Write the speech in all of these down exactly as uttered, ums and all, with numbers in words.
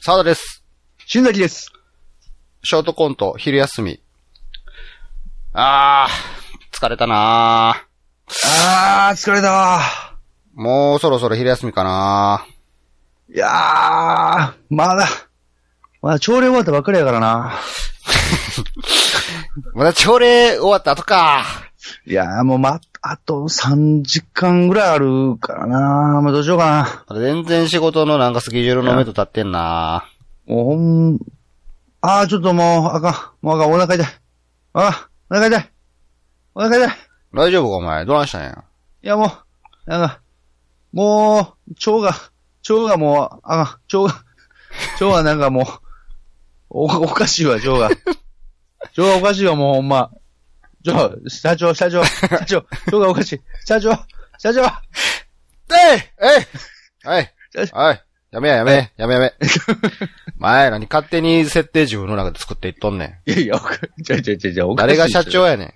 沢田です。 新崎です。 ショートコント、昼休み。あー、疲れたなー。あー、疲れたー。もうそろそろ昼休みかなー。いやー、まだ、まだ朝礼終わったばっかりやからな。 まだ朝礼終わった後か。 いやー、もうま、あとさんじかんぐらいあるからな。まあ、どうしようかな。全然仕事のなんかスケジュールの目と立ってんな。 もうほん、あー、ちょっともう、あかん。もうあかん、お腹痛い。あ、お腹痛い。お腹痛い。 大丈夫かお前、どないしたんや。 いやもう、なんか、もう、腸が、腸がもう、あかん、腸が、腸がなんかもう、お、おかしいわ、腸が。腸がおかしいわ、もうほんま。ちょ、社長、社長、社長、腸がおかしい。社長、社長。 えいえいはい。はい。やめややめ、やめやめ。前何勝手に設定自分の中で作っていっとんねん。いやいや、ちゃいちゃいちゃいちゃい、 誰が社長やねん。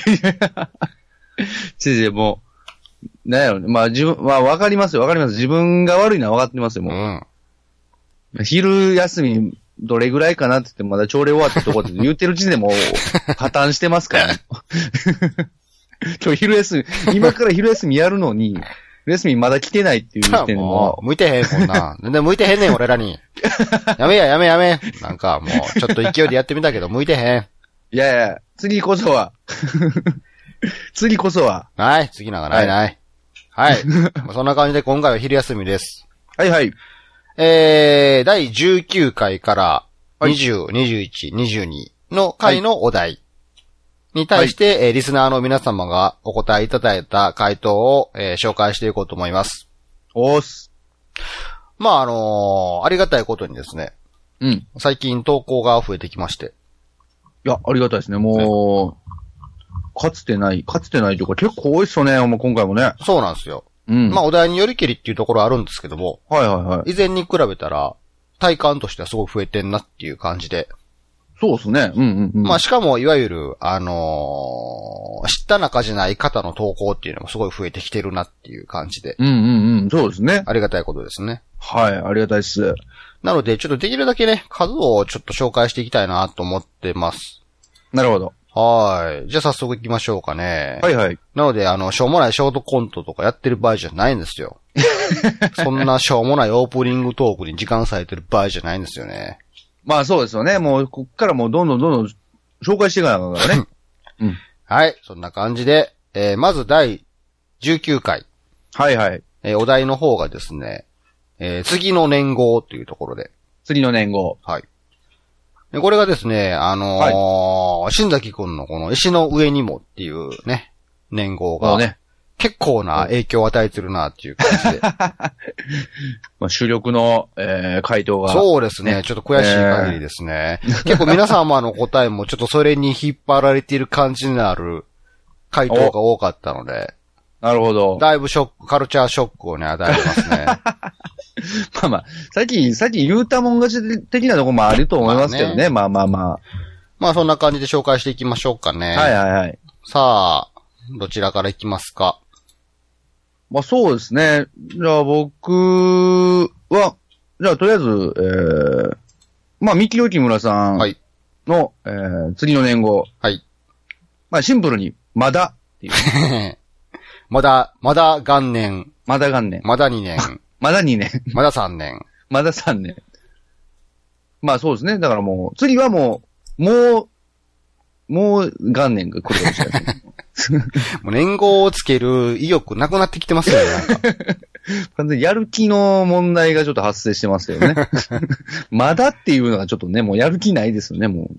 ちょいちょい、もう、なんやろね。まあ自分、まあわかりますよ、わかります。自分が悪いのはわかってますよ、もう。うん。昼休み、どれぐらいかなって言ってまだ朝礼終わったところで言ってる時点でもう破綻してますからね。今日昼休み、今から昼休みやるのに、昼休みまだ来てないっていう時点でもう。向いてへんもんな。全然向いてへんねん、俺らに。やめや、やめやめ。なんかもう、ちょっと勢いでやってみたけど、向いてへん。 いやいや、次こそは。次こそは。 ない、次なんかないない。はい。はい、そんな感じで今回は昼休みです。 はいはい。 えー、だいじゅうきゅうかいからにじゅう、にじゅういち、にじゅうにの回のお題に対して、はい、えー、リスナーの皆様がお答えいただいた回答を、えー、紹介していこうと思います。 おーす。 まあ、あのー、ありがたいことにですね。 うん。 最近投稿が増えてきまして。 いや、ありがたいですね。もう、ね、かつてない、かつてないというか結構多いっすよね、もう今回もね。 そうなんですよ。 うん。 まあ、お題によりけりっていうところはあるんですけども。 はいはいはい。 以前に比べたら、体感としてはすごい増えてんなっていう感じで。 そうですね。うんうんうん。 まあ、しかも、いわゆる、あのー、知った仲じゃない方の投稿っていうのもすごい増えてきてるなっていう感じで。 うんうんうん。そうですね。 ありがたいことですね。 はい、ありがたいです。 なので、ちょっとできるだけね、数をちょっと紹介していきたいなと思ってます。 なるほど。 はい。じゃあ早速行きましょうかね。 はいはい。 なので、あの、しょうもないショートコントとかやってる場合じゃないんですよ。そんなしょうもないオープニングトークに時間割いてる場合じゃないんですよね。 まあそうですよね。もう、こっからもうどんどんどんどん紹介していかなきゃからね。 うん。はい。そんな感じで、えー、まずだいじゅうきゅうかい。 はいはい。 えー、お題の方がですね、えー、次の年号というところで。 次の年号。 はい。でこれがですね、あのー、はい、新崎くんのこの石の上にもっていうね、年号が、ね、結構な影響を与えてるなっていう感じで。 まあ主力の、えー、回答が。 そうですね。ちょっと悔しい限りですね。えー、結構皆様の答えもちょっとそれに引っ張られている感じになる回答が多かったので。 なるほど。 だいぶショック、カルチャーショックをね、与えてますね。 まあまあ、さっき、さっき言うたもん勝ち的なところもあると思いますけどね。まあ、ね、まあまあまあ。 まあそんな感じで紹介していきましょうかね。 はいはいはい。 さあ、どちらからいきますか。 まあそうですね。じゃあ僕は、じゃあとりあえず、えー、まあ三木よきむらさんの、はい、えー、次の年号。 はい。 まあシンプルに、まだっていう、ね。 まだ、まだ元年。 まだ元年。 まだにねん。 まだにねん。 まださんねん。 まださんねん。まあそうですね。だからもう、次はもう、もう、もう元年が来るかもしれないですね。 もう年号をつける意欲なくなってきてますよね、なんか。 完全にやる気の問題がちょっと発生してますよね。まだっていうのがちょっとね、もうやる気ないですよね、もう。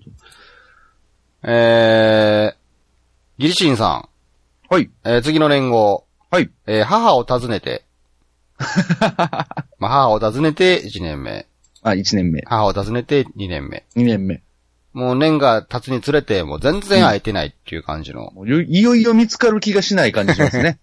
えー、ギリシンさん。 はい。 えー、次の年号。 はい。 えー、母を訪ねて。まあ、母を訪ねていちねんめ。 あ、いちねんめ。 母を訪ねてにねんめ。 にねんめ。 もう年が経つにつれて、もう全然会えてないっていう感じの。 うん、いよいよ見つかる気がしない感じしますね。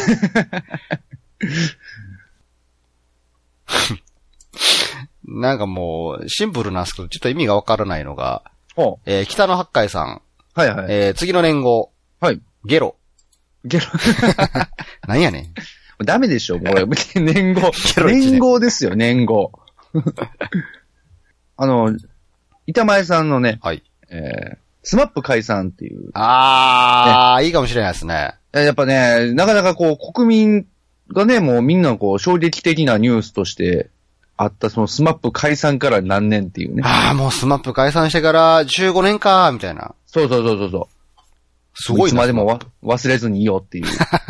なんかもう、シンプルなんですけど、ちょっと意味がわからないのが、 ほうえー、北野八海さん。 はいはい。 えー、次の年号。 はい。 ゲロ。 ゲロ。 なんやねん。 ダメでしょ、これ。年号。年号ですよ、年号。 あの、板前さんのね、 はい。 えー、スマップ解散っていう。 あー、ね、いいかもしれないですね。 やっぱね、なかなかこう、国民がね、もうみんなこう、衝撃的なニュースとして、あったそのスマップ解散から何年っていうね。 ああ、もうスマップ解散してからじゅうごねんか、みたいな。 そうそうそうそうそう。 すごいな。 いつまでもわ忘れずにいいよっていう。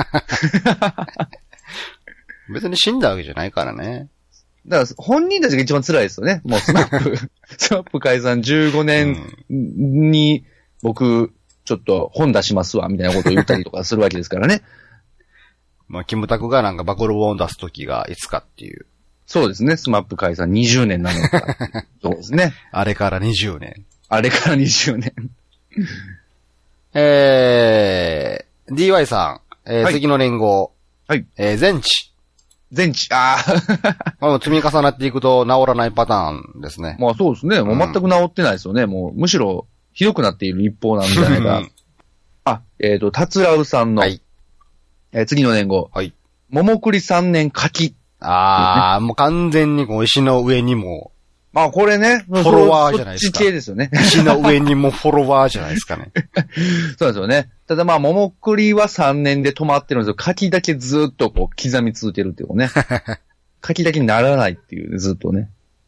別に死んだわけじゃないからね。 だから本人たちが一番辛いですよね。もうスマップ、スマップ解散じゅうごねんに僕、ちょっと本出しますわ、みたいなことを言ったりとかするわけですからね。 まあ、キムタクがなんか暴露本を出すときがいつかっていう。 そうですね。スマップ解散にじゅうねんなのか。そうですね。 あれからにじゅうねん。 あれからにじゅうねん。 えー、ディーワイ さん、えーはい、次の連合。 はい。 えー、全治。 全治、ああ。 これも積み重なっていくと治らないパターンですね。 まあそうですね。もう全く治ってないですよね。うん、もうむしろひどくなっている一方なんじゃないか。あ、えっ、ー、と、たつらうさんの、はい。えー、次の年号。 はい。 桃栗さんねん柿。 ああ、ね、もう完全にこう石の上にも。 まあこれね。 フォロワーじゃないですか。 そっち系ですよね。 石の上にもフォロワーじゃないですかね。 そうですよね。ただまあ桃栗はさんねんで止まってるんですよ。柿だけずっとこう刻み続けるっていうね。柿だけにならないっていう、ね、ずっとね。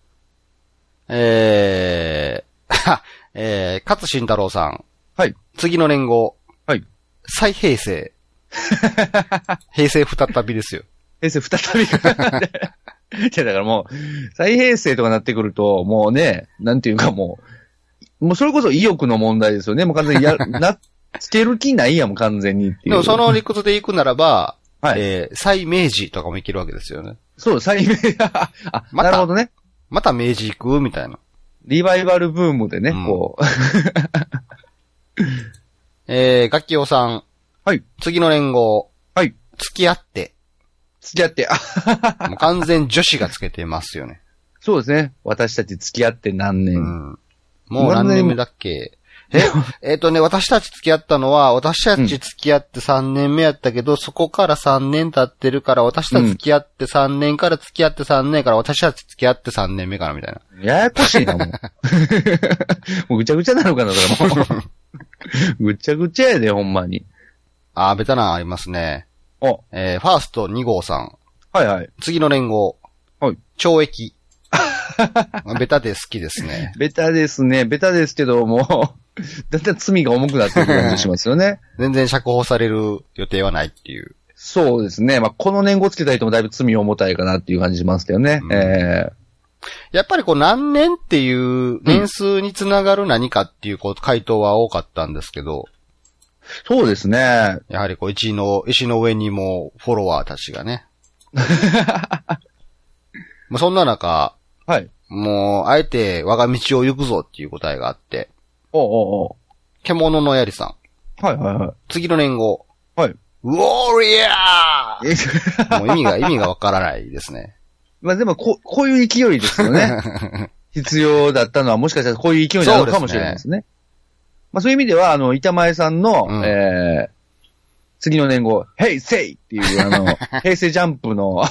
えー、えー、勝新太郎さん。 はい。 次の年号。 はい。 再平成。平成再びですよ。 平成再び。いや、だからもう、再平成とかなってくると、もうね、なんていうかもう、もうそれこそ意欲の問題ですよね。もう完全にや、な、つける気ないやもん、完全にっていう。 でもその理屈でいくならば、 はい。 えー、再明治とかもいけるわけですよね。 そう、再明治、あ、ま、なるほどね。 また明治行くみたいな。 リバイバルブームでね、うん、こう。 えー、楽器おさん。 はい。 次の連合。 はい。 付き合って。 付き合って。 もう完全女子がつけてますよね。 そうですね。私たち付き合って何年。うん、 もう何年目だっけえ、えっとね、私たち付き合ったのは、私たち付き合ってさんねんめやったけど、うん、そこからさんねん経ってるから、私たち付き合ってさんねんから付き合ってさんねんから、私たち付き合ってさんねんめからみたいな。 ややこしいな、もう。もうぐちゃぐちゃなのかな、それもう。ぐちゃぐちゃやで、ほんまに。 あー、ベタなありますね。 お。 えー、ファーストに号さん。 はいはい。 次の連合。 はい。 懲役。ベタで好きですね。 ベタですね。ベタですけど、もう、だんだん罪が重くなってくる感じしますよね。 全然釈放される予定はないっていう。 そうですね。まあ、この年号つけた人もだいぶ罪重たいかなっていう感じしますけどね。うん、えー、やっぱりこう何年っていう年数につながる何かっていうこう回答は多かったんですけど。 そうですね。 やはりこう石の、石の上にもフォロワーたちがね。もうそんな中、 はい。 もう、あえて我が道を行くぞっていう答えがあって。 おうおうおう。 獣のやりさん。はいはいはい。 次の年号。 はい。 ウォーリアーもう意味が、意味がわからないですね。 まあでも、こ、こういう勢いですよね。必要だったのはもしかしたらこういう勢いなのかもしれないですね。まあそういう意味では、あの、板前さんの、うん、えー、次の年号、ヘイセイっていう、あの、平成ジャンプの、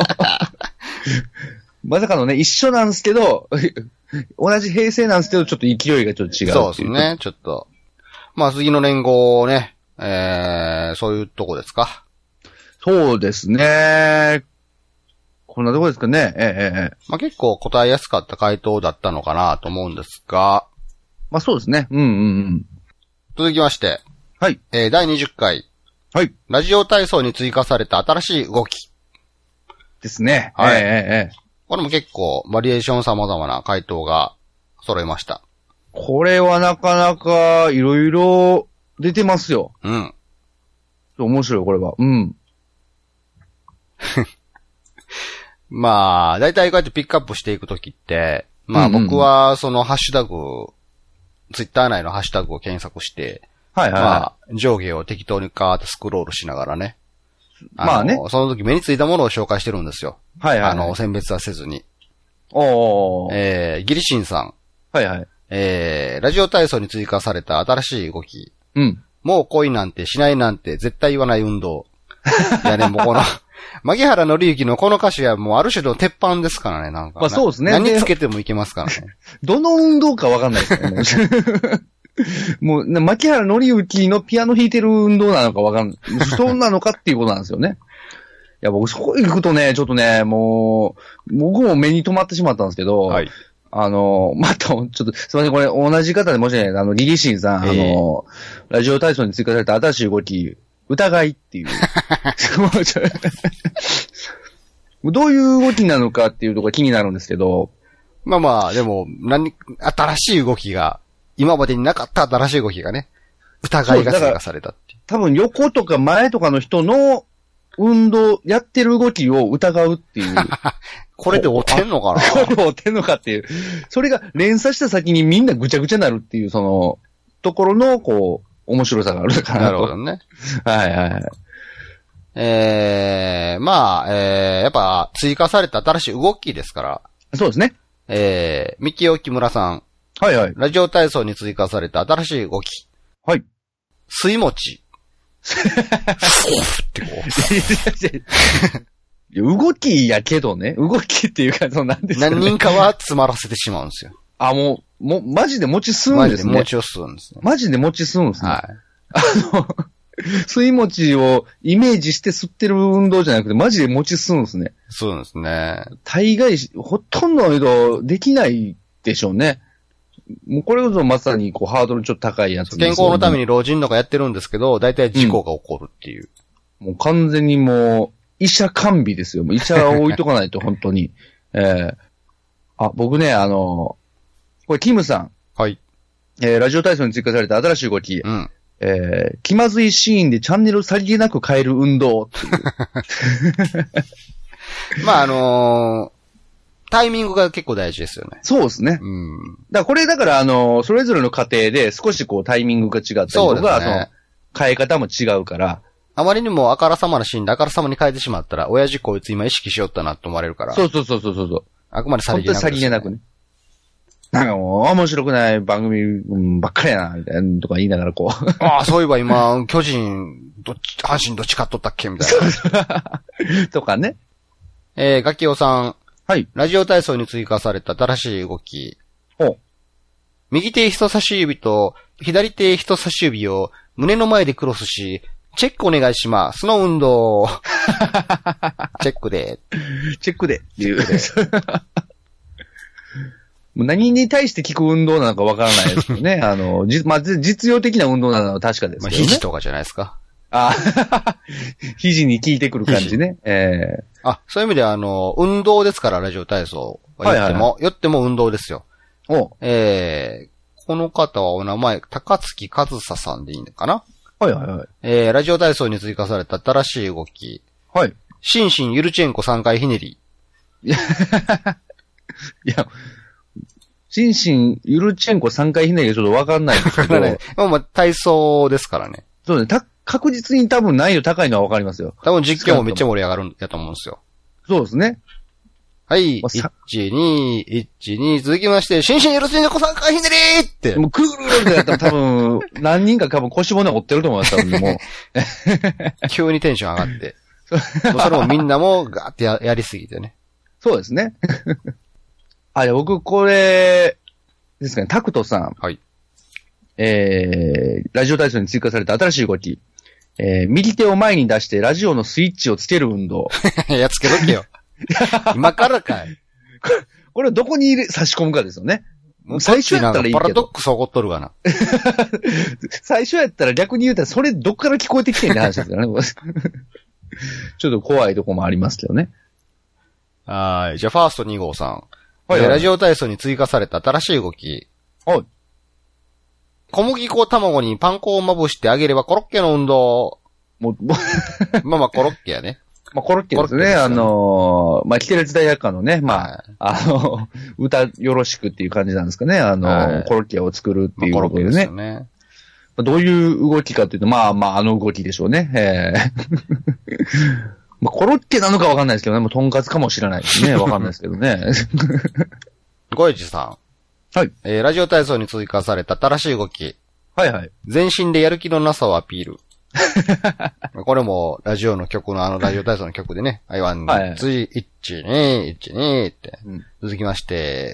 まさかのね、一緒なんですけど、同じ平成なんですけど、ちょっと勢いがちょっと違う。 そうですね、ちょっと。まあ次の年号ね、えー、そういうとこですか。 そうですね。こんなとこですかね。ええええ。 まあ結構答えやすかった回答だったのかなと思うんですが。 まあそうですね。うんうんうん。 続きまして。 はい。 えー、だいにじゅっかい。 はい。 ラジオ体操に追加された新しい動き。 ですね。 はい。 ええええ。 これも結構バリエーション様々な回答が揃いました。 これはなかなかいろいろ出てますよ。 うん。 面白い、これは。うん。 まあ、だいたいこうやってピックアップしていくときって、まあ僕はそのハッシュタグ、ツイッター内のハッシュタグを検索して、 はいはい、はい。 まあ、上下を適当にカーってスクロールしながらね。あまあね。 その時目についたものを紹介してるんですよ。 はいはい、はい。 あの、選別はせずに。 おー。 えー、ギリシンさん。 はいはい。 えー、ラジオ体操に追加された新しい動き。 うん。 もう恋なんてしないなんて絶対言わない運動。いやね、もうこの、 牧原紀之のこの歌詞はもうある種の鉄板ですからね、なんか。 まあそうですね。 何つけてもいけますからね。 どの運動かわかんないですよね。もう、牧原紀之のピアノ弾いてる運動なのかわかんない。そんなのかっていうことなんですよね。いや、僕そこ行くとね、ちょっとね、もう、僕も目に留まってしまったんですけど、はい。あの、また、ちょっと、すいません、これ同じ方で申し訳ない。あの、リリシンさん、えー、あの、ラジオ体操に追加された新しい動き、疑いっていう。どういう動きなのかっていうところが気になるんですけど。 まあまあ、でも、何、新しい動きが、今までになかった新しい動きがね、疑いが追加されたっていう。 多分横とか前とかの人の運動、やってる動きを疑うっていう。 これで追ってんのかなこれで追ってんのかっていう。それが連鎖した先にみんなぐちゃぐちゃになるっていう、その、ところの、こう、面白さがあるかなと。 なるほどね。 はいはいはい。 えー、まあ、えー、やっぱ追加された新しい動きですから。 そうですね。 えー、三木尾木村さん。 はいはい。 ラジオ体操に追加された新しい動き。 はい。 水餅。ってこう。動きやけどね。動きっていうか、そのなんですかね。 何人かは詰まらせてしまうんですよ。 あ、もう、もう、マジで餅吸うんですね。 マジで餅を吸うんですね。 マジで餅吸うんですね。 はい。 あの、水餅をイメージして吸ってる運動じゃなくて、マジで餅吸うんですね。 吸うんですね。 大概、ほとんどの人、できないでしょうね。もうこれこそまさにこうハードルちょっと高いやつです、 健康のために老人とかやってるんですけど、大体事故が起こるっていう。 うん、もう完全にもう、医者完備ですよ。もう医者を置いとかないと本当に。えー、あ、僕ね、あの、これキムさん。 はい。 えー、ラジオ体操に追加された新しい動き。 うん。 えー、気まずいシーンでチャンネルさりげなく変える運動っていう。 まあ、あのー、タイミングが結構大事ですよね。 そうですね。 うん。 だからこれだからあの、それぞれの過程で少しこうタイミングが違ったりとか、そ,、ね、その変え方も違うから。 あまりにもあからさまなシーンであからさまに変えてしまったら、親父こいつ今意識しよったなと思われるから。 そうそうそうそうそう。 あくまでさりげなく、ね。 本当にさりげなくね。なんかもう面白くない番組ばっかりやな、みたいなとか言いながらこう。 ああ、そういえば今、巨人、どっち、阪神どっち勝っとったっけみたいな。とかね。 えー、ガキオさん。 はい。 ラジオ体操に追加された新しい動き。 ほう。 右手人差し指と左手人差し指を胸の前でクロスし、チェックお願いします。の運動。チェックで。 チェックで。っていう。もう何に対して聞く運動なのかわからないですよね。あの、じ、まあ、実用的な運動なのは確かですけどね。まあ、 肘とかじゃないですか。 ああ、肘に効いてくる感じね。ええー。 あ、そういう意味では、あの、運動ですから、ラジオ体操は言っても、はいはいはい、言っても運動ですよ。 おえー、この方はお名前、高槻和沙さんでいいのかな？ はいはいはい。 えー、ラジオ体操に追加された新しい動き。 はい。 シンシンユルチェンコさんかいひねり。 いや、いや、シンシンユルチェンコさんかいひねりがちょっとわかんないですけど。ね、 まあ、体操ですからね。 そうね。た確実に多分難易度高いのはわかりますよ。 多分実況もめっちゃ盛り上がるんやと思うんですよ。 そうですね。 はい。いち、に、いち、に、続きまして、シンシンよろしいねこさんかいひねりって。 もうクールールでやったら多分、何人か多分腰骨折ってると思います、多分もう。 急にテンション上がって。もうそれもみんなもガーって や, やりすぎてね。 そうですね。あ、いや、僕これ、ですかね、タクトさん。 はい。 えー、ラジオ体操に追加された新しい動き。えー、右手を前に出してラジオのスイッチをつける運動。 いや、つけとけよ。今からかい。 これ、これをどこに入れ、差し込むかですよね。最初やったらいいけど。 パラドックス起こっとるがな。 最初やったら逆に言うたら、それどっから聞こえてきてんって話ですからね。ちょっと怖いとこもありますけどね。 はい。じゃあ、ファーストに号さん。 はい、はい。 ラジオ体操に追加された新しい動き。 はい。 小麦粉卵にパン粉をまぶしてあげればコロッケの運動。もう、まあまあコロッケやね。 まあコロッケですね。ですねあのー、まあ、キテレツ大百科のね、まあ、はい、あの、歌よろしくっていう感じなんですかね。あのーはい、コロッケを作るっていうことでね。まあ、コロッケですよね。どういう動きかっていうと、まあまああの動きでしょうね。えーまあ、コロッケなのかわかんないですけどね。もうトンカツかもしれないですね。わかんないですけどね。 ごえじさん。 はい。 えー、ラジオ体操に追加された新しい動き。 はいはい。 全身でやる気のなさをアピール。 これも、ラジオの曲のあのラジオ体操の曲でね、はい、ワン、ツー、いち、に、いち、にって、うん、続きまして、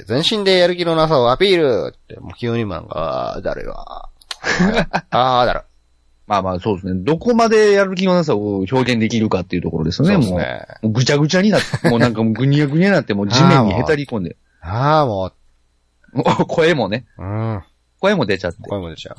全身でやる気のなさをアピールって、もう急になんか、だるわ。あー、だる。 まあまあそうですね。どこまでやる気のなさを表現できるかっていうところですよね。そうですね。もう、もうぐちゃぐちゃになって、もうなんかもうぐにゃぐにゃになって、もう地面にへたり込んで。 ああ、もう。声もね。 うん。 声も出ちゃって。 声も出ちゃう。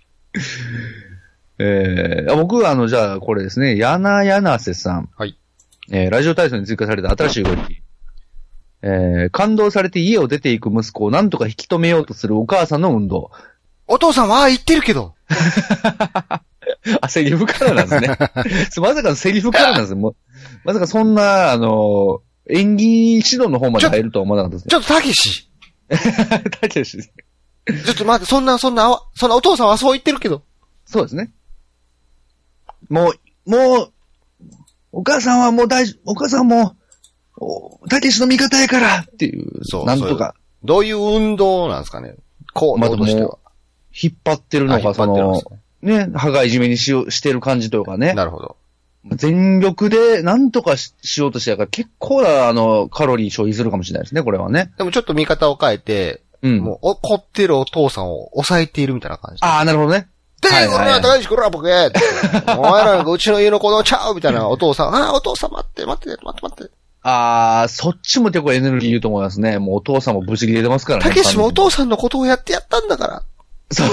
えー、僕はあの、じゃあこれですね、やなやなせさん。 はい。 えー、ラジオ体操に追加された新しい動き。えー、感動されて家を出ていく息子をなんとか引き止めようとするお母さんの運動。 お父さんはああ言ってるけど。 あ、セリフからなんですね。まさかのセリフからなんですよ。もうまさかそんな、あの、演技指導の方まで入るとは思わなかったですね。 ちょっとたけし。 たけしですね。 ちょっと待って、そんな、そんな、そんなお父さんはそう言ってるけど。 そうですね。もう、もう、お母さんはもう大丈夫、お母さんも、たけしの味方やからっていう、そう、なんとか。 どういう運動なんですかね。こう、まとしては。 引っ張ってるのか、その、ね、歯がいじめにしよう、してる感じというかね。 なるほど。 全力でなんとか し, しようとしてるから結構な、あの、カロリー消費するかもしれないですね、これはね。 でもちょっと見方を変えて、うん。もう怒ってるお父さんを抑えているみたいな感じ。 ああ、なるほどね。 で、はいはいはい、これは高橋これは僕へお前らなんかうちの家の子供ちゃうみたいなお父さん。ああ、お父さん待って待って待って待って。ああ、そっちも結構エネルギーいると思いますね。もうお父さんもブチ切れてますからね。 たけしもお父さんのことをやってやったんだから。 そう。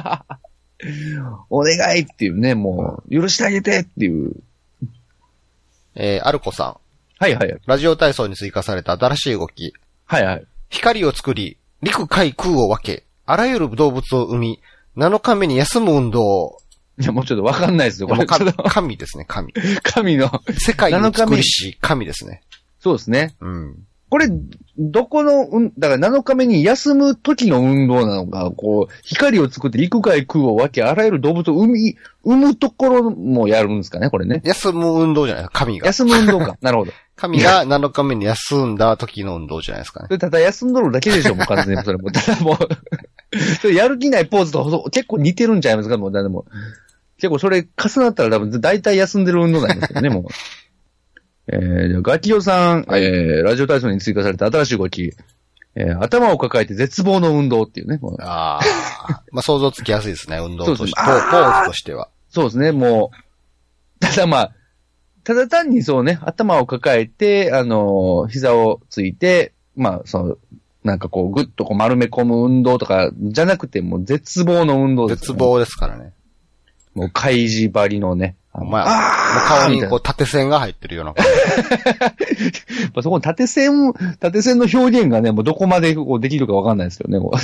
お願いっていうね、もう、許してあげてっていう。 えー、アルコさん。 はいはい。 ラジオ体操に追加された新しい動き。 はいはい。 光を作り、陸海空を分け、あらゆる動物を生み、なのかめに休む運動。 いや、もうちょっとわかんないですよ、これ。 神ですね、神。 神の。 世界を作りし、神ですね。 そうですね。 うん。 これ、どこの、うん、だからなのかめに休む時の運動なのか、こう、光を作って陸海空を分け、あらゆる動物を生み、生むところもやるんですかね、これね。 休む運動じゃないですか、神が。 休む運動か。なるほど。 神がなのかめに休んだ時の運動じゃないですかね。 ただ休んどるだけでしょ、もう完全に。それも。ただもう、それやる気ないポーズと結構似てるんちゃいますか、もう。でも結構それ重なったら多分大体休んでる運動なんですよね、もう。えー、ガキヨさん、はい、えー、ラジオ体操に追加された新しい動き、えー、頭を抱えて絶望の運動っていうね。 ああ。まあ、想像つきやすいですね、運動として。ポーズとしては。 そうですね、もう。ただまあ、ただ単にそうね、頭を抱えて、あのー、膝をついて、まあ、その、なんかこう、ぐっとこう丸め込む運動とか、じゃなくて、もう絶望の運動です、ね。 絶望ですからね。 もう、開示張りのね。 まあ、もう顔にこう縦線が入ってるような感じ。そこの縦線、縦線の表現がね、もうどこまでこうできるかわかんないですけどね、もう。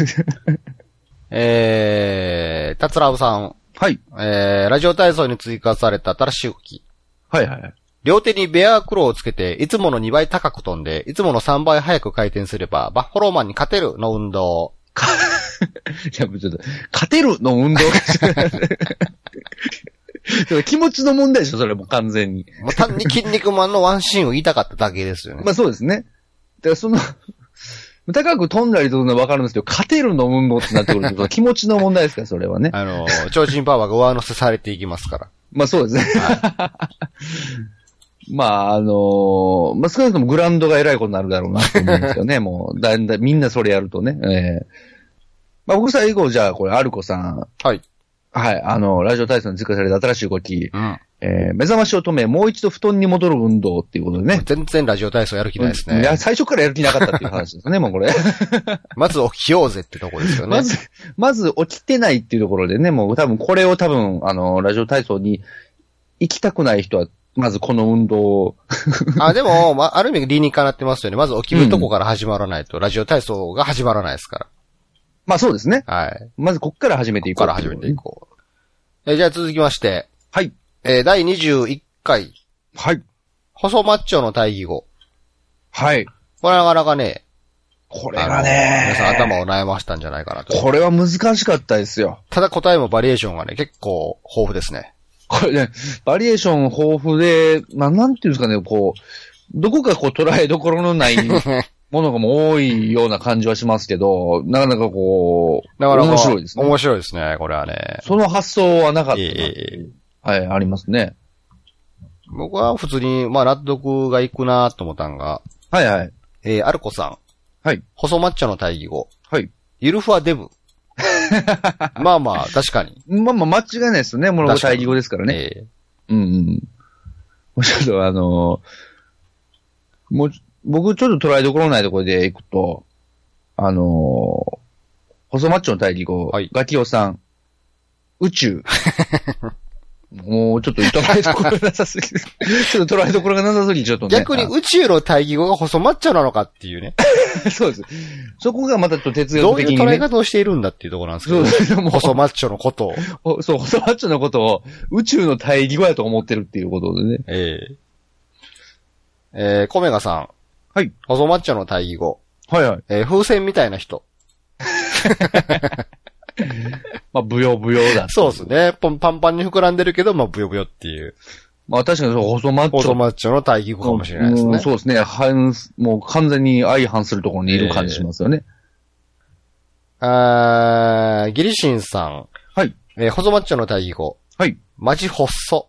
えー、たつらうさん。 はい。 えー、ラジオ体操に追加された新しい動き。 はいはいはい。 両手にベアクローをつけて、いつものにばい高く飛んで、いつものさんばい速く回転すれば、バッファローマンに勝てるの運動。 いや、もうちょっと、勝てるの運動気持ちの問題でしょ、それもう完全に。 もう単に筋肉マンのワンシーンを言いたかっただけですよね。 まあそうですね。だからその、高く飛んだりとかわかるんですけど、勝てるの運動ってなってくると、気持ちの問題ですから、それはね。 あの、超人パワーが上乗せされていきますから。 まあそうですね。はい、まああのー、まあ少なくともグラウンドが偉いことになるだろうなと思うんですよね。もう、だんだんみんなそれやるとね。えー、まあ僕最後じゃあこれ、アルコさん。 はい。 はい、あの、ラジオ体操に追加された新しい動き。 うん。 えー、目覚ましを止め、もう一度布団に戻る運動っていうことでね。 全然ラジオ体操やる気ないですね。 いや、最初からやる気なかったっていう話ですね、もうこれ。 まず起きようぜってとこですよね。 まず、まず起きてないっていうところでね、もう多分これを多分、あの、ラジオ体操に行きたくない人は、まずこの運動を。 あ、でも、まあ、ある意味理にかなってますよね。まず起きるとこから始まらないと、うん、ラジオ体操が始まらないですから。 まあそうですね。 はい。 まずこっから始めていこう。 こっから始めていこう。え、じゃあ続きまして。 はい。 えー、だいにじゅういっかい。 はい。 細マッチョの対義語。 はい。 これなかなかね、 これがね、 皆さん頭を悩ましたんじゃないかなと。 これは難しかったですよ。 ただ答えもバリエーションがね、結構豊富ですね。 これね、バリエーション豊富で、まあ、なんていうんですかね、こう、どこかこう捉えどころのないものがも多いような感じはしますけど、なかなかこう、 だから面白いですね。 面白いですね、これはね。 その発想はなかったな。 えーはい、ありますね。 僕は普通に、まあ納得がいくなと思ったんが、 はいはい。 えー、アルコさん。 はい。 細マッチョの対義語。 はい。 ゆるふわデブ。まあまあ、確かに。 まあまあ、間違いないですよね。ものが対義語ですからね。えー、うんうん。もうちょっとあのー、もう、僕ちょっと捉えどころないところでいくと、あのー、細マッチョの対義語、はい、ガキオさん、宇宙。もうちょっと捉えどころがなさすぎる。ちょっと捉えどころがなさすぎてちょっとね。 逆に宇宙の対義語が細マッチョなのかっていうね。 そうです。そこがまたちょっと哲学的に、ね。 どういう捉え方をしているんだっていうところなんですけど。そうです。細マッチョのことを。そう、細マッチョのことを宇宙の対義語やと思ってるっていうことでね。 ええー。えー、コメガさん。 はい。 細マッチョの対義語。 はいはい。 えー、風船みたいな人。 まあ、ブヨブヨだ。 そうですね。パンパンに膨らんでるけど、まあ、ブヨブヨっていう。 まあ、確かにそう、細マッチョ。 細マッチョの対義語かもしれないですね。 うん、そうですね。反、もう完全に相反するところにいる感じしますよね。 えー、あー、ギリシンさん。 はい。 えー、細マッチョの対義語。 はい。 マジ細。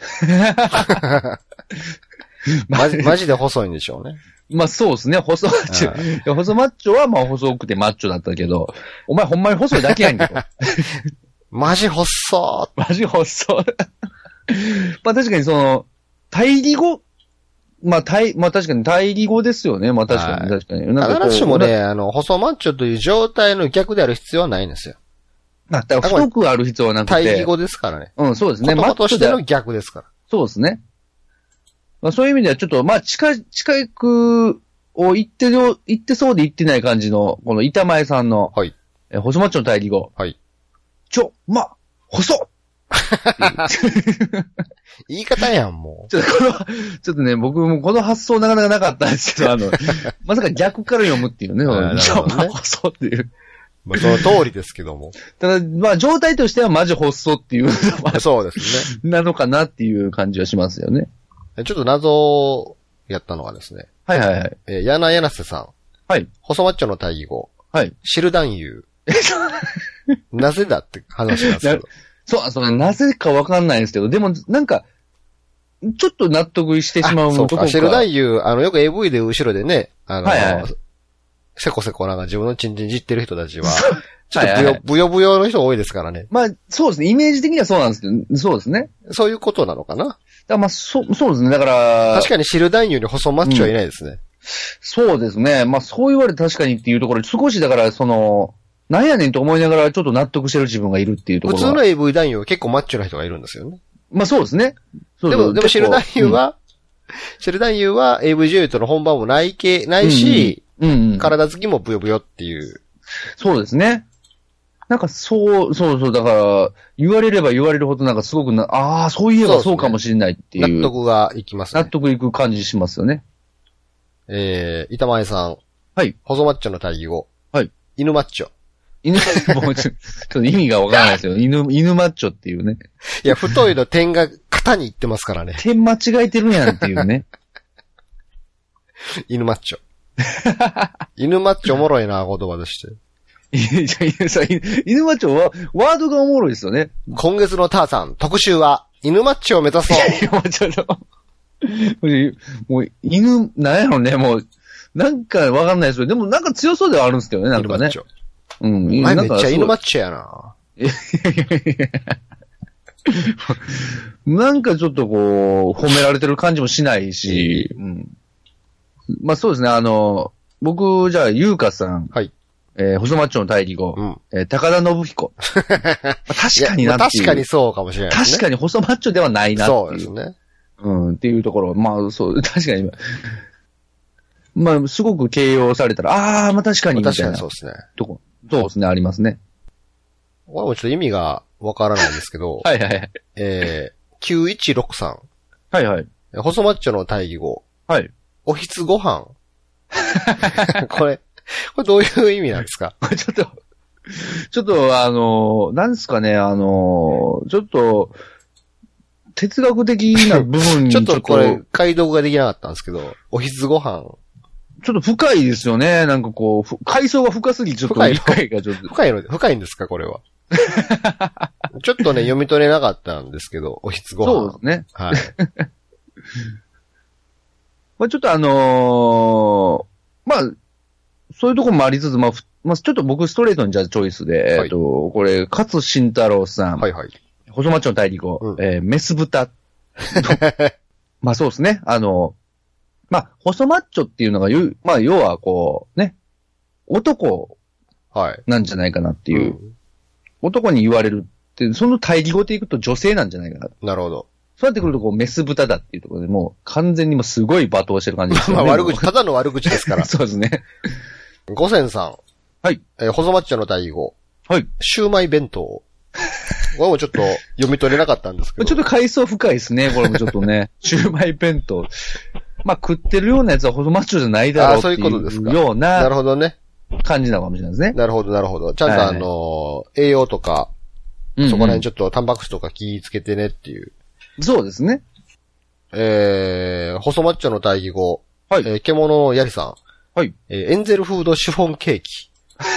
マジ、マジで細いんでしょうね。 まあそうですね、細マッチョ。細マッチョはまあ細くてマッチョだったけど、お前ほんまに細いだけやんけど。 マジ細ー。 マジ細。まあ確かにその、対義語、まあ対、まあ確かに対義語ですよね。まあ確かに確かに。 なんか必ずしもね、あの、細マッチョという状態の逆である必要はないんですよ。 だから太くある必要はなくて。 対義語ですからね。 うん、そうですね。 言葉としての逆ですから。 そうですね。まあそういう意味ではちょっと、まあ近、近くを言ってる、言ってそうで言ってない感じの、この板前さんの、 はい。 え、細マッチョの対義語。 はい。 ちょ、ま、細っ言い方やん、もう。 ちょっとこの、ちょっとね、僕もこの発想なかなかなかったんですけど、あの、まさか逆から読むっていうね、ちょ、ま、細っていう。 まあ、その通りですけども。 ただ、まあ、状態としてはマジ細っていう、 まあ、そうですね。 なのかなっていう感じはしますよね。 ちょっと謎やったのがですね。 はいはいはい。 えー、柳柳瀬さん。 はい。 細マッチョの対義語。 はい。 知る男優。なぜだって話なんですけど。 そう、その、なぜかわかんないんですけど、でも、なんか、ちょっと納得してしまうところか。知る男優、あの、よく エーブイ で後ろでね、あの、はいはい、せこせこなんか自分のチンチンじってる人たちは、ちょっとブヨ、はいはい、ブヨブヨの人多いですからね。 まあ、そうですね。イメージ的にはそうなんですけど、そうですね。 そういうことなのかな。だからまあ、そ、そうですね。だから、 確かに知る男優に細マッチョはいないですね、うん。 そうですね。まあ、そう言われて確かにっていうところで、少しだから、その、なんやねんと思いながらちょっと納得してる自分がいるっていうところ。 普通の エーブイ 男優は結構マッチョな人がいるんですよね。 まあそうですね。 そうそうでも、でも知る男優は、うん、知る男優は エーブイ 女優との本番もないけ、ないし、うんうんうん、体つきもブヨブヨっていう。 そうですね。なんかそう、そうそう、だから、言われれば言われるほどなんかすごくな、ああ、そういえばそうかもしれないっていう。 納得がいきますね。 納得いく感じしますよね。 えー、板前さん。 はい。 細マッチョの対義語。 はい。 犬マッチョ。 犬、もうちょっと意味がわからないですよ。犬、犬マッチョっていうね。 いや、太いの点が肩にいってますからね。 点間違えてるやんっていうね。 犬マッチョ。犬マッチョおもろいな、言葉として。 犬マッチョは、ワードがおもろいですよね。 今月のターさん、特集は、犬マッチョを目指そう。 いや、もうちょっと。もう、犬、なんやろね、もう、なんかわかんないですよ。でもなんか強そうではあるんですけどね、なんかね。犬マッチョ。うん。 お前めっちゃ犬マッチョやな。 いやいやいやなんかちょっとこう、褒められてる感じもしないし、うん。まあそうですね、あの、僕、じゃあ、ゆうかさん。 はい。 えー、細マッチョの対義語。 うん。 えー、高田信彦。まあ、確かになっていう。 確かにそうかもしれないですね。 確かに細マッチョではないなっていう。 そうですね。 うん、っていうところ。まあ、そう、確かに。まあ、すごく形容されたら、ああ、まあ確かにみたいな。 確かにそうですね。 とこ。そうですね、ありますね。 これもちょっと意味がわからないんですけど。 はいはいはい。 えー、きゅういちろくさん。 はいはい。 細マッチョの対義語。 はい。 おひつご飯。これ、これどういう意味なんですか？ これちょっと、ちょっとあの、なんですかね、あの、ちょっと、哲学的な部分にちょっとこれ、解読ができなかったんですけど、おひつご飯。 ちょっと深いですよね。なんかこう、階層が深すぎて、ちょっと理解がちょっと。 深いの、深いんですか、これは。 ちょっとね、読み取れなかったんですけど、おひつご飯。 そうですね。 はい。 まあちょっとあのー、まあ、そういうところもありつつ、まあ、まあ、ちょっと僕ストレートにじゃあチョイスで、はい、えっと、これ、勝慎太郎さん。 はいはい。 細マッチョの大義語、うん、えー、メス豚。まあそうですね。あの、まあ、細マッチョっていうのが言う、まあ要はこう、ね、男なんじゃないかなっていう。うん、男に言われるって、その大義語でいくと女性なんじゃないかな。 なるほど。 そうやってくるとこう、メス豚だっていうところでもう完全にもうすごい罵倒してる感じですよね。 まあ悪口、ただの悪口ですから。 そうですね。 五千さん。 はい。 えー、細マッチョの大義語。 はい。 シューマイ弁当。これもちょっと読み取れなかったんですけど。 ちょっと階層深いですね、これもちょっとね。シューマイ弁当。まあ食ってるようなやつは細マッチョじゃないだろうっていう。あ、そういうことですか。ような。 なるほどね。 感じなのかもしれないですね。 なるほど、なるほど。ちゃんとあのーはい、栄養とか、うんうん、そこら辺ちょっとタンパク質とか気ぃつけてねっていう。 そうですね。 えー、細マッチョの大義語。はい。えー、獣のヤリさん。 はい。 えー、エンゼルフードシフォンケーキ。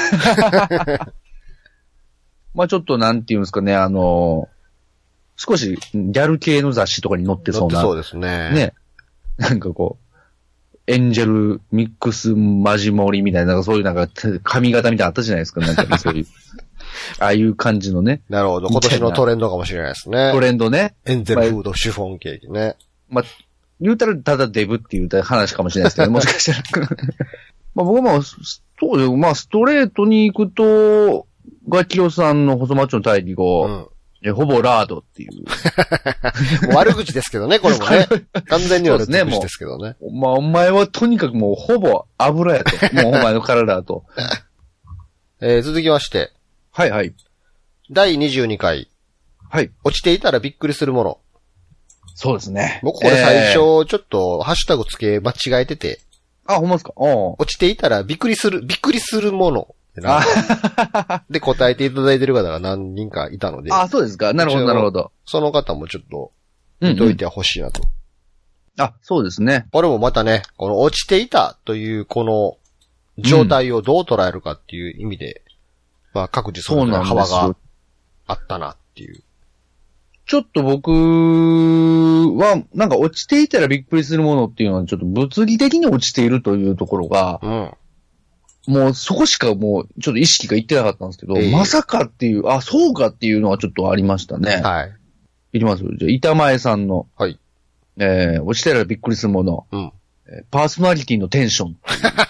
まあちょっとなんていうんですかね、あのー、少しギャル系の雑誌とかに載ってそうな。 載ってそうですね。 ね。なんかこう、エンジェルミックスマジモリみたいな、なんかそういうなんか髪型みたいなのあったじゃないですか。なんかそういう。ああいう感じのね。 なるほど。今年のトレンドかもしれないですね。 トレンドね。 エンゼルフードシフォンケーキね。 まあ、言うたらただデブっていう話かもしれないですけど、もしかしたら。まあ僕も、そうよ、まあストレートに行くと、ガキヨさんの細マッチョの大義語、うん、えほぼラードっていう。 もう悪口ですけどね、これもね。完全に悪口ですけどね。 もうまあお前はとにかくもうほぼ油やと。もうお前の体だと。 えー、続きまして。 はいはい。 だいにじゅうにかい。 はい。 落ちていたらびっくりするもの。 そうですね。 僕これ最初、ちょっと、ハッシュタグつけ間違えてて。 あ、ほんまですか？落ちていたらびっくりする、びっくりするもの。で、答えていただいてる方が何人かいたので。 あ、そうですか。なるほど、なるほど。 その方もちょっと、見といてほしいなと、うんうん。あ、そうですね。 これもまたね、この落ちていたというこの状態をどう捉えるかっていう意味で、うん、まあ各自その幅があったなっていう。 ちょっと僕は、なんか落ちていたらびっくりするものっていうのはちょっと物理的に落ちているというところが、うん、もうそこしかもうちょっと意識がいってなかったんですけど、えー、まさかっていう、あ、そうかっていうのはちょっとありましたね。 はい。 いきますよ。じゃあ、板前さんの、 はい。 えー、落ちてたらびっくりするもの、うん、パーソナリティのテンション。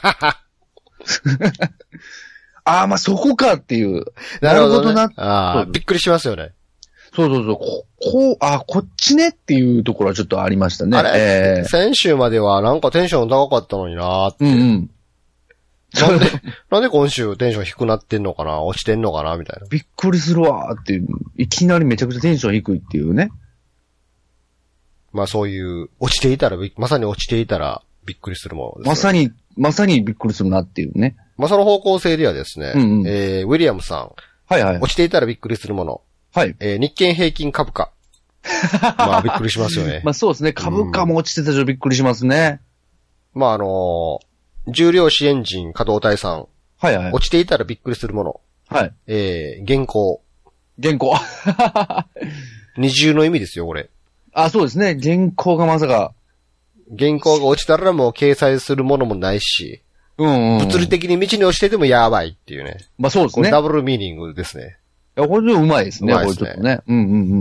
ああ、まあそこかっていう。 なるほどな。ああ、びっくりしますよね。 そうそうそう。こ、こう、あ、こっちねっていうところはちょっとありましたね。 あれ、えー、先週まではなんかテンション高かったのになーって。 うんうん。 なんで、なんで今週テンション低くなってんのかな、落ちてんのかなみたいな。 びっくりするわーっていう。いきなりめちゃくちゃテンション低いっていうね。 まあそういう、落ちていたら、まさに落ちていたらびっくりするものです、ね。 まさに、まさにびっくりするなっていうね。 まあその方向性ではですね、うんうん、えー、ウィリアムさん。 はいはい。 落ちていたらびっくりするもの。 はい。 えー、日経平均株価。まあびっくりしますよね。 まあそうですね。株価も落ちてたじゃびっくりしますね。 うん、まああのー、重量子エンジン稼働体産。 はいはい。 落ちていたらびっくりするもの。 はい。 えー、原稿。 原稿。 二重の意味ですよ、これ。 あ、そうですね。原稿がまさか。 原稿が落ちたらもう掲載するものもないし。 うんうん、うん。 物理的に道に落ちててもやばいっていうね。 まあそうですね。 ダブルミーニングですね。 いや、これでうまいですね。うまいですね。これちょっとね。うんうんうん。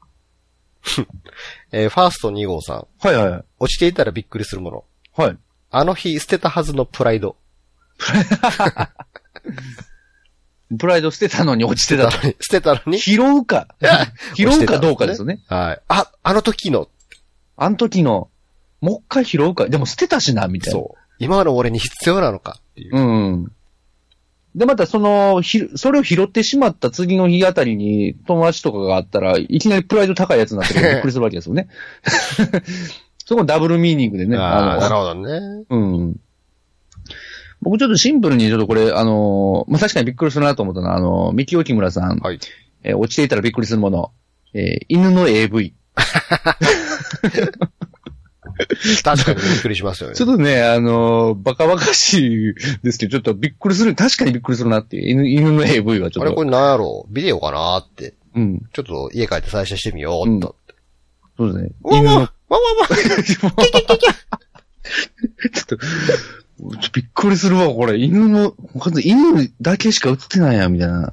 えー、ファーストに号さん。 はいはい。 落ちていたらびっくりするもの。 はい。 あの日捨てたはずのプライド。 プライド捨てたのに落ちてたのに。 捨てたのに拾うか。拾うかどうかですよね。 はい。あ、あの時の。 あの時の、もう一回拾うか。でも捨てたしな、みたいな。 そう。今の俺に必要なのかっていう。 うん。で、またその、ひ、それを拾ってしまった次の日あたりに友達とかがあったら、いきなりプライド高いやつになってびっくりするわけですよね。そこダブルミーニングでね。 ああ、なるほどね。 うん。僕ちょっとシンプルにちょっとこれ、あのー、まあ、確かにびっくりするなと思ったのは、あのー、三木沖村さん。 はい。 えー、落ちていたらびっくりするもの。えー、犬の エーブイ。 確かにびっくりしますよね。 ちょっとね、あのー、バカバカしいですけど、ちょっとびっくりする、確かにびっくりするなっていう、犬、犬の エーブイ はちょっと。 あれこれなんやろうビデオかなって。 うん。 ちょっと家帰って再生してみよう、っと。 うん、そうですね。 犬の。わわわわキャキャキャキャちょっと、ちょっとびっくりするわ、これ。犬の、犬だけしか映ってないやん、みたいな。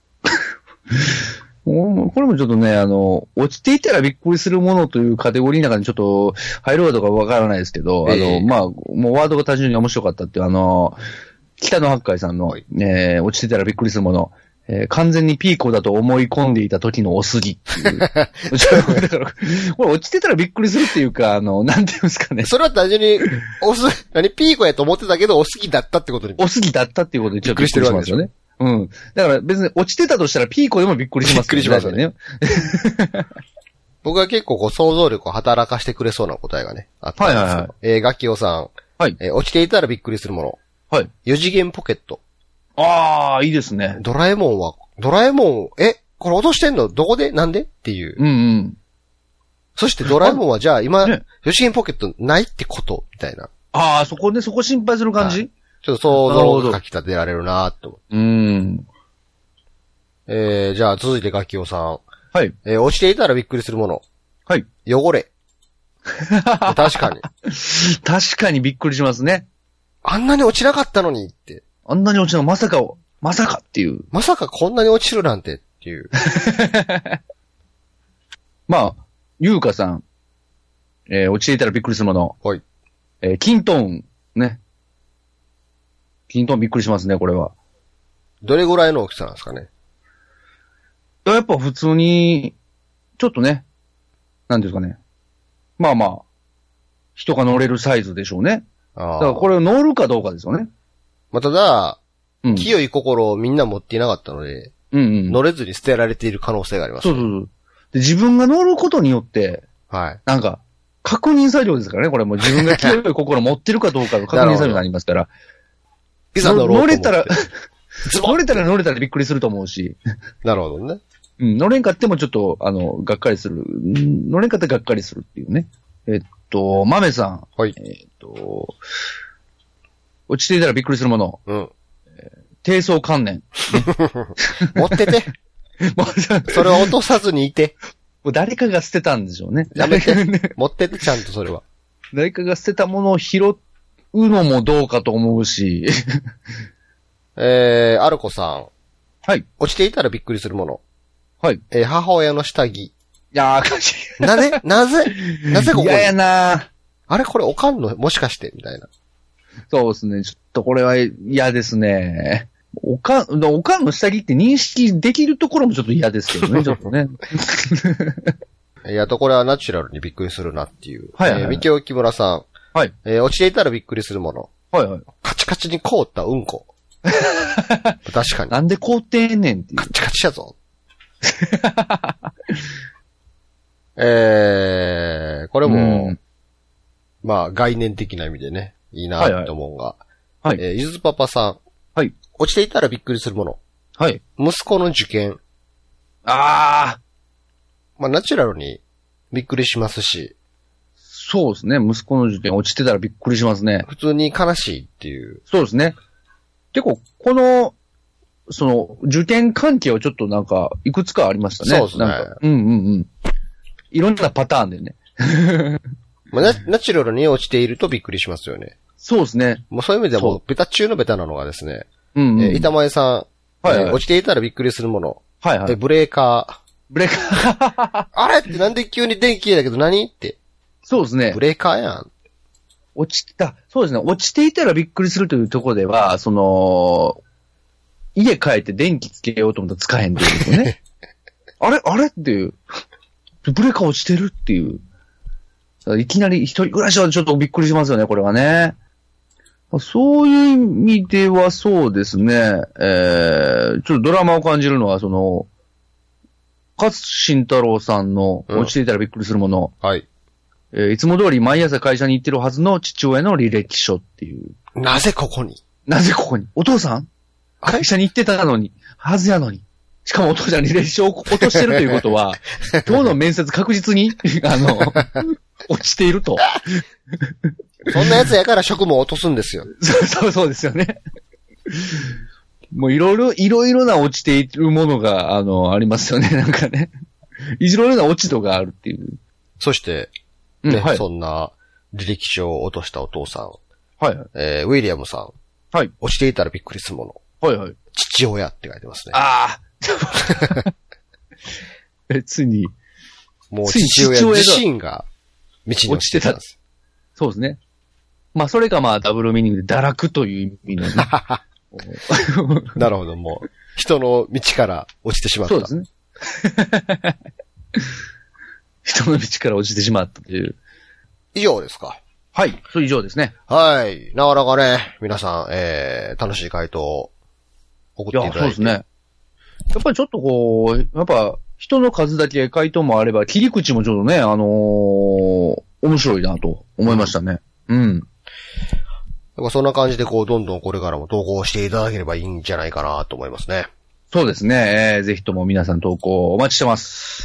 これもちょっとね、あの、落ちていたらびっくりするものというカテゴリーの中にちょっと入るかどうかわからないですけど、えー、あの、まあ、もうワードが単純に面白かったっていう、あの、北野八海さんの、えー、落ちていたらびっくりするもの、えー、完全にピーコだと思い込んでいた時のおすぎっていう。だから、これ落ちてたらびっくりするっていうか、あの、なんていうんですかね。 それは単純に、おす、何、ピーコやと思ってたけど、おすぎだったってことに。 おすぎだったっていうことでちょっとびっくりしますよね。うん。だから別に落ちてたとしたらピーコでもびっくりしますよね。びっくりしますよね。 僕は結構こう想像力を働かしてくれそうな答えがね、あったんですよ。はいはいはい。えー、ガキオさん。 はい。 えー、落ちていたらびっくりするもの。 はい。 四次元ポケット。 ああ、いいですね。 ドラえもんは、ドラえもん、え、これ落としてんのどこでなんでっていう。 うんうん。 そしてドラえもんはじゃあ今、ね、四次元ポケットないってことみたいな。 ああ、そこね、そこ心配する感じ、はい、 ちょっと想像をかき立てられるなーと。 うん。 えー、じゃあ続いてガキオさん。 はい。 えー、落ちていたらびっくりするもの。 はい。 汚れ。確かに。 確かにびっくりしますね。 あんなに落ちなかったのにって。 あんなに落ちたのまさか、まさかっていう。 まさかこんなに落ちるなんてっていう。 まあ、ゆうかさん。えー、落ちていたらびっくりするもの。 はい。 えー、キントーン。ね。キントーンびっくりしますね、これは。 どれぐらいの大きさなんですかね。 やっぱ普通に、ちょっとね、なんていうんですかね。まあまあ、人が乗れるサイズでしょうね。ああ。だからこれを乗るかどうかですよね。 まあ、ただ、うん、清い心をみんな持っていなかったので、 うんうん、 乗れずに捨てられている可能性があります、ね。 そうそうそう。で、自分が乗ることによって、 はい。 なんか、確認作業ですからね、これも自分が清い心を持ってるかどうかの確認作業になりますから。 いざ乗ろうと思って。 乗れたら、乗れたら乗れたらびっくりすると思うし。 なるほどね。 うん、乗れんかってもちょっと、あの、がっかりする。乗れんかってがっかりするっていうね。えっと、豆さん。 はい。 えっと、落ちていたらびっくりするもの。 うん。 えー、低層観念。 持ってて。それを落とさずにいて。 もう誰かが捨てたんでしょうね。 やめて。持ってって、ちゃんとそれは。 誰かが捨てたものを拾うのもどうかと思うし。 えー、アルコさん。 はい。 落ちていたらびっくりするもの。 はい。 えー、母親の下着。 いやー、かしい。なぜなぜなぜここに嫌やなあれこれおかんのもしかしてみたいな。 そうですね。ちょっとこれは嫌ですね。おかん、おかんの下着って認識できるところもちょっと嫌ですけどね、ちょっとね。 いや、とこれはナチュラルにびっくりするなっていう。 はいはい、はい。 えー、三木木村さん。 はい。 えー、落ちていたらびっくりするもの。 はいはい。 カチカチに凍ったうんこ。確かに。 なんで凍ってんねんっていう。 カチカチやぞ。えー、これも、まあ概念的な意味でね、いいなって思うが。 はい、はい。 えー、ゆずパパさん。 はい。 落ちていたらびっくりするもの。 はい。 息子の受験。 あー。まあナチュラルにびっくりしますし。 そうですね。息子の受験落ちてたらびっくりしますね。 普通に悲しいっていう。 そうですね。結構、この、その、受験関係はちょっとなんか、いくつかありましたね。 そうですね。 なんかうんうんうん。いろんなパターンでね。 まあ、ナ, ナチュラルに落ちているとびっくりしますよね。 そうですね。 もうそういう意味でも、ベタ中のベタなのがですね。 うんうん、 えー、板前さん、 はいはい、 えー。落ちていたらびっくりするもの。 はいはい。 えー、ブレーカー。 ブレーカー。 あれってなんで急に電気消えたけど何って。 そうですね。 ブレーカーやん。 落ちた、そうですね。落ちていたらびっくりするというところでは、その、家帰って電気つけようと思ったら使えんっていうんですよね。あれあれっていう。ブレーカー落ちてるっていう。いきなり一人暮らしはちょっとびっくりしますよね、これはね。そういう意味ではそうですね。えー、ちょっとドラマを感じるのは、その、勝新太郎さんの落ちていたらびっくりするもの。 うん、はい。 えー、いつも通り毎朝会社に行ってるはずの父親の履歴書っていう。 なぜここになぜここにお父さん会社に行ってたのに、はずやのに。しかもお父ちゃん履歴書を落としてるということは、今日の面接確実に、あの、落ちていると。 そんな奴やから職務を落とすんですよ。 そうそうそうですよね。 もういろいろ、いろいろな落ちているものが、あの、ありますよね、なんかね。いろいろな落ち度があるっていう。 そして、ね、 うんはい、 そんな履歴書を落としたお父さん。 はい、はい。 えー、ウィリアムさん。 はい。 落ちていたらびっくりするもの。 はい、はい。 父親って書いてますね。 ああ別に。 もう父親自身が道に落ちてたんです。 そうですね。まあ、それがまあ、ダブルミーニングで堕落という意味のね。 なるほど、もう、人の道から落ちてしまった。 そうですね。人の道から落ちてしまったという。 以上ですか。 はい。それ以上ですね。 はい。なかなかね、皆さん、えー、楽しい回答を送っていただいて。いや、そうですね。やっぱりちょっとこう、やっぱ、人の数だけ回答もあれば、切り口もちょっとね、あのー、面白いなと思いましたね。うん。うんそんな感じでこう、どんどんこれからも投稿していただければいいんじゃないかなと思いますね。 そうですね。えー、ぜひとも皆さん投稿お待ちしてます。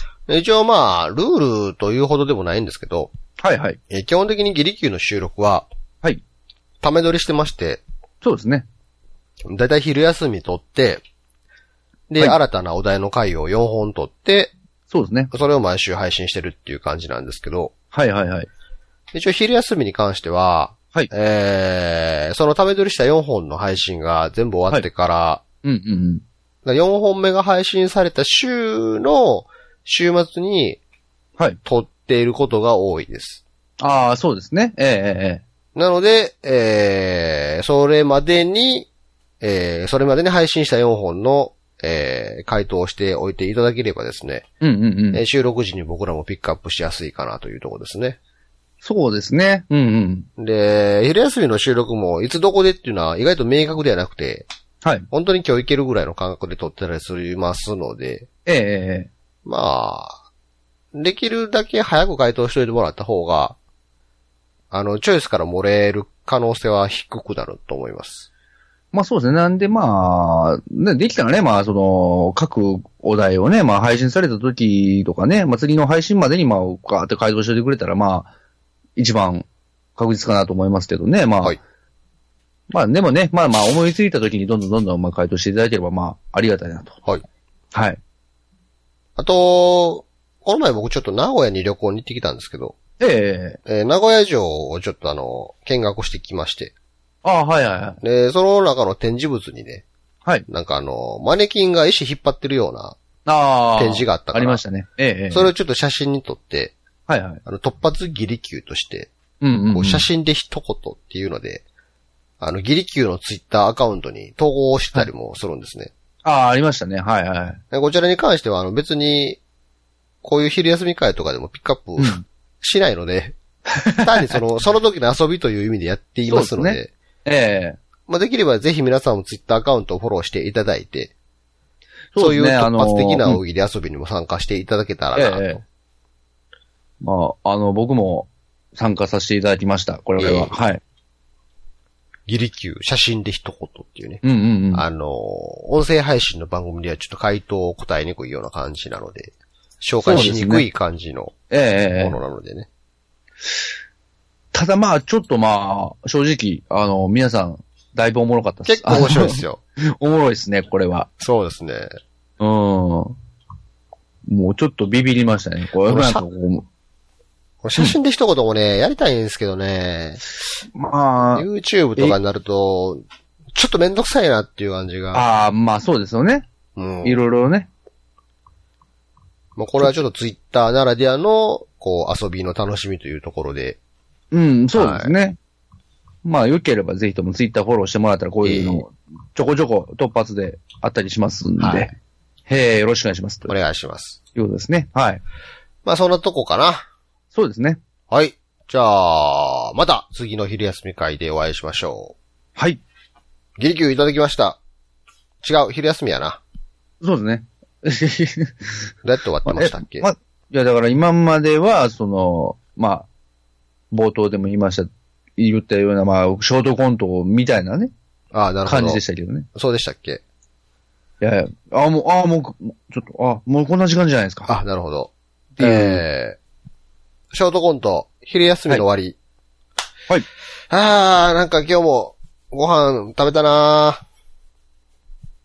一応まあ、ルールというほどでもないんですけど。 はいはい。 えー、基本的にギリキューの収録は。 はい。 ため撮りしてまして。 そうですね。 だいたい昼休み撮って、で、はい、新たなお題の回をよんほん撮って、 そうですね。 それを毎週配信してるっていう感じなんですけど。 はいはいはい。 一応昼休みに関しては、はい。えー、そのため撮りしたよんほんの配信が全部終わってから、はい、うんうんうん。よんほんめが配信された週の週末に、はい。撮っていることが多いです。 ああ、そうですね。ええええ。なので、えー、それまでに、えー、それまでに配信したよんほんの、えー、回答をしておいていただければですね。うんうんうん。えー、収録時に僕らもピックアップしやすいかなというところですね。 そうですね。うんうん。で、昼休みの収録もいつどこでっていうのは意外と明確ではなくて、はい。本当に今日行けるぐらいの感覚で撮ってたりするますので、ええまあ、できるだけ早く回答しといてもらった方が、あの、チョイスから漏れる可能性は低くなると思います。 まあそうですね。なんでまあ、ね、できたらね、まあその、各お題をね、まあ配信された時とかね、まあ次の配信までにまあ、ガーって回答しておいてくれたらまあ、一番確実かなと思いますけどね。まあ。はい。まあでもね、まあまあ思いついた時にどんどんどんどんまあ回答していただければまあ、ありがたいなと。はい。はい。 あと、この前僕ちょっと名古屋に旅行に行ってきたんですけど。ええー。えー、名古屋城をちょっとあの、見学してきまして。 ああ、はいはいはい。 で、その中の展示物にね。はい。なんかあの、マネキンが石引っ張ってるような。ああ。展示があったから。 ありましたね。ええー。 それをちょっと写真に撮って。はいはい。あの、突発ギリキューとして、うんうんうん、こう写真で一言っていうので、あの、ギリキューのツイッターアカウントに投稿したりもするんですね。 はい、ああ、ありましたね。はいはい。 こちらに関しては、あの、別に、こういう昼休み会とかでもピックアップ、うん、しないので、単にその、その時の遊びという意味でやっていますので、でね、ええー。まあ、できればぜひ皆さんもツイッターアカウントをフォローしていただいて、そういう突発的な大喜利遊びにも参加していただけたらなと。えーえーまあ、あの、僕も参加させていただきました。これは。えー、はい。 ギリキュー、写真で一言っていうね。うんうんうん。あの、音声配信の番組ではちょっと回答を答えにくいような感じなので、紹介しにくい感じのものなのでね。 えー、ただまあ、ちょっとまあ、正直、あの、皆さん、だいぶおもろかったです。 結構面白いですよ。 おもろいですね、これは。 そうですね。 うん。もうちょっとビビりましたね。これなんかこう写真で一言もね、やりたいんですけどね。まあ。YouTube とかになると、ちょっとめんどくさいなっていう感じが。 ああ、まあそうですよね。うん。いろいろね。 まあこれはちょっと Twitter ならではの、こう遊びの楽しみというところで。 うん、そうですね。はい、まあ良ければぜひとも Twitter フォローしてもらったらこういうのちょこちょこ突発であったりしますんで。はい、へえ、よろしくお願いします。 お願いします。 いうことですね。はい。 まあそんなとこかな。 そうですね。 はい。じゃあ、また次の昼休み会でお会いしましょう。 はい。 ギリキューいただきました。違う、昼休みやな。 そうですね。 どうやって終わってましたっけ、 ま、いや、だから今までは、その、まあ、冒頭でも言いました、言ったような、まあ、ショートコントみたいなね。 ああ、なるほど。 感じでしたけどね。 そうでしたっけいやいや、ああ、もう、ああ、もう、ちょっと、あもうこんな時間じゃないですか。 あ、なるほど。えー、ショートコント、昼休みの終わり。はい。はい、あー、なんか今日もご飯食べたなー。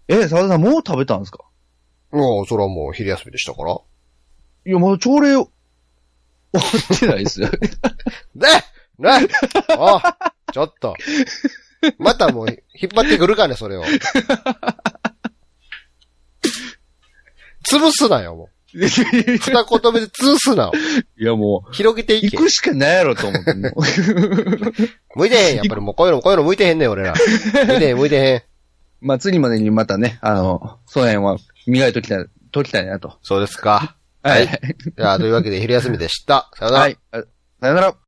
え、沢田さんもう食べたんですか？ もう、それはもう昼休みでしたから。 いや、まだ朝礼終わってないですよ。 でねあちょっと。またもう、引っ張ってくるかね、それを。潰すなよ、もう。二言目で潰すな。 いや、もう。 広げていけ。 行くしかないやろと思っても。 向いてへん、やっぱりもうこういうの、こういうの向いてへんねん、俺ら。向いてへん、向いてへん。 まあ、次までにまたね、あの、その辺は磨いときたい、ときたいなと。 そうですか。 はい。 じゃあ、というわけで昼休みでした。さよなら。 はい。さよなら。